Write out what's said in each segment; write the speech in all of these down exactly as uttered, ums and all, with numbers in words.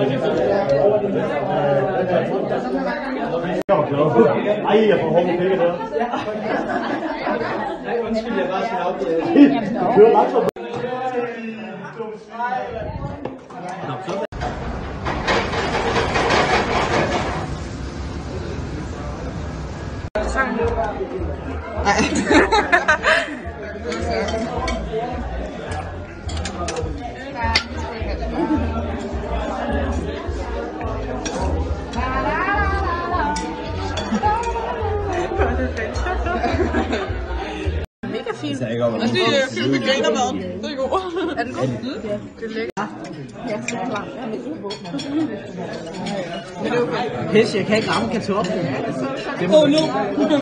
Ej, jeg får hårde pikker der. Nej, undskyld, jeg bare skal afbryde. Du kører langsomt. Mega fint. Det er ikke om, og det er fyldt med grinermad. Det er god. Er den god? Mm. Det er lækkert. Ja, så klar. Men det er okay. Pisse, jeg kan ikke ramme kartoflen. Åh, nu.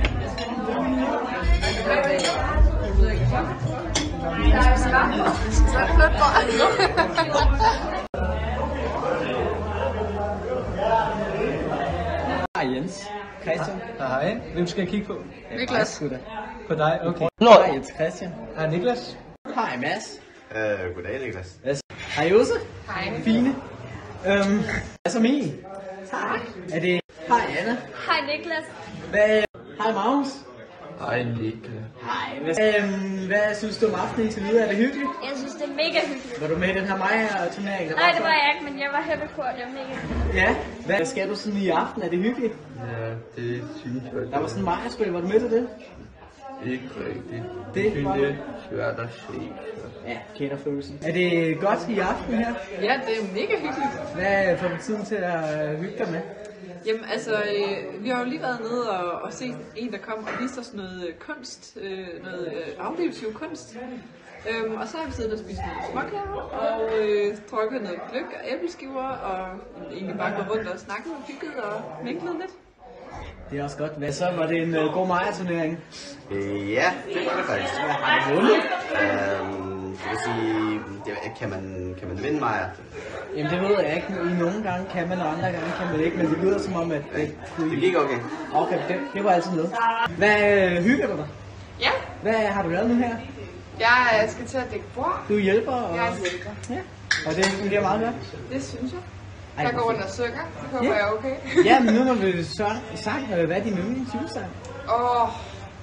Hej Jens. Christian. Hej. Hvem skal jeg kigge på? Niklas. På dig, okay. Nå. Hej Jens Christian. Hej Niklas. Hej Mads. Øh, goddag, Niklas. Hej Jose. Hej. Fine. Øhm, hvad så min? Hej. Er det... Hej Anna. Hej Niklas. Hvad... Hej Magnus. Hej, Niklas. Hej. Hvad, øhm, hvad synes du om aftenen indtil videre? Er det hyggeligt? Jeg synes, det er mega hyggeligt. Var du med i den her Maja-turnering? Nej, det var jeg ikke, men jeg var heppekort. Det var mega hyggeligt. Ja. Hvad skal du sådan i aften? Er det hyggeligt? Ja, det synes jeg. Der var sådan en Maja-spil. Var du med til det? Ikke rigtigt. Det Jeg synes, var- det er svært at se. Ja, kender følelsen. Er det godt i aften her? Ja, det er mega hyggeligt. Hvad får du tiden til at hygge dig med? Jamen altså, øh, vi har jo lige været nede og, og set en, der kom og viste os noget øh, kunst, øh, noget øh, aflevelse kunst. Øhm, og så har vi siddet og spist nogle småkager og øh, drukket noget gløgg og æbleskiver og egentlig bare gået rundt og snakket og hygget og vinklet lidt. Det er også godt. Hvad så? Var det en uh, god Maja-turnering? Øh, ja, det var det faktisk. Har du vundet? Øhm, jeg vil sige, det, kan, man, kan man vinde Maja? Jamen det ved jeg ikke. I nogle gange kan man, og andre gange kan man ikke. Men det lyder som om, at det kunne... Det gik okay. Okay, det, det var altid noget. Hvad øh, hygger du dig? Ja, Hvad har du lavet nu her? jeg skal til at dække bord. Du hjælper, og, Jeg er hjælper. ja. Og det fungerer meget godt. Det synes jeg. Ej, Jeg hvor går fedt. rundt og synger. Det håber Ja. jeg er okay. Ja, men nu når vi sang, sang øh, hvad er din yndlingsjulesang? Åh. Oh.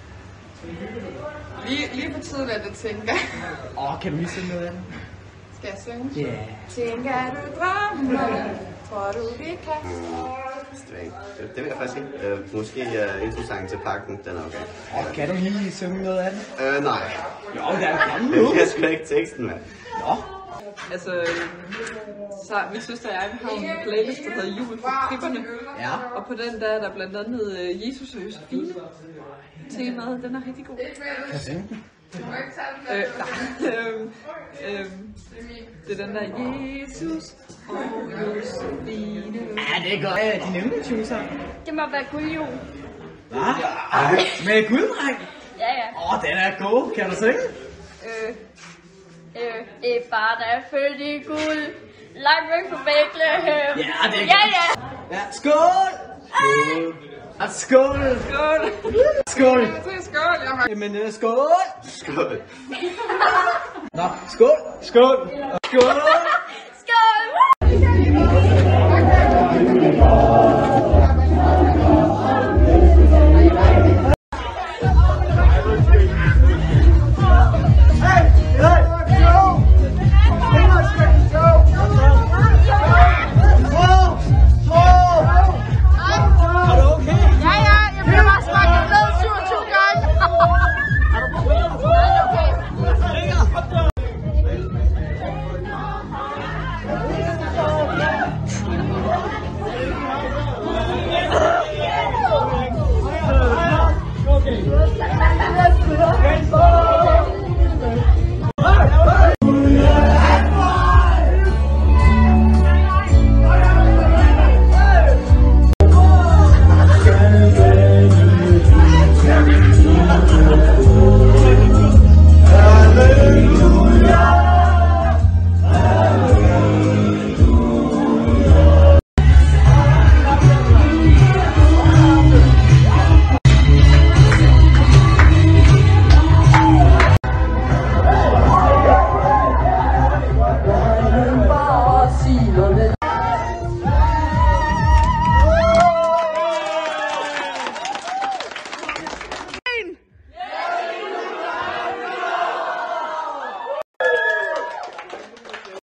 Lige, lige på tiden er det, tænker jeg. Åh, oh, kan du lige synge noget af den? Skal jeg synge? Ja. Yeah. Tænker du drømmer, tror du vi kan? Det, det vil jeg faktisk ikke. Øh, måske uh, introsangen til pakken, den er okay. Og kan du lige synge noget af den? Øh, nej. Jo, der er kommet nu. Jeg skal ikke teksten, mand. Nå. Altså, så min søster og jeg har jo en playlist, der hedder Jul for Kripperne. Ja. Og på den der er der blandt andet øh, Jesus og Josefine. Temaet, den er rigtig god. Kan jeg synge den? Øh, nej, øhm, øhm, det er den der Jesus og Josefine. Ja, det er godt. Hvad er din yndlingsjulesang? Det må være guldjul. Hvad? Med gulddreng? Ja, ja. Åh, oh, den er god. Kan du synge? Øh, øh, et barn er født i guld. Langt væk fra Bethlehem. Ja, det er Ja, godt. ja. Ja, skål! Ah, skål! Skål! Skål! Det er skål, jeg har. Jamen, øh, skål! Skål. Nå, skål! Skål! Skål! Skål!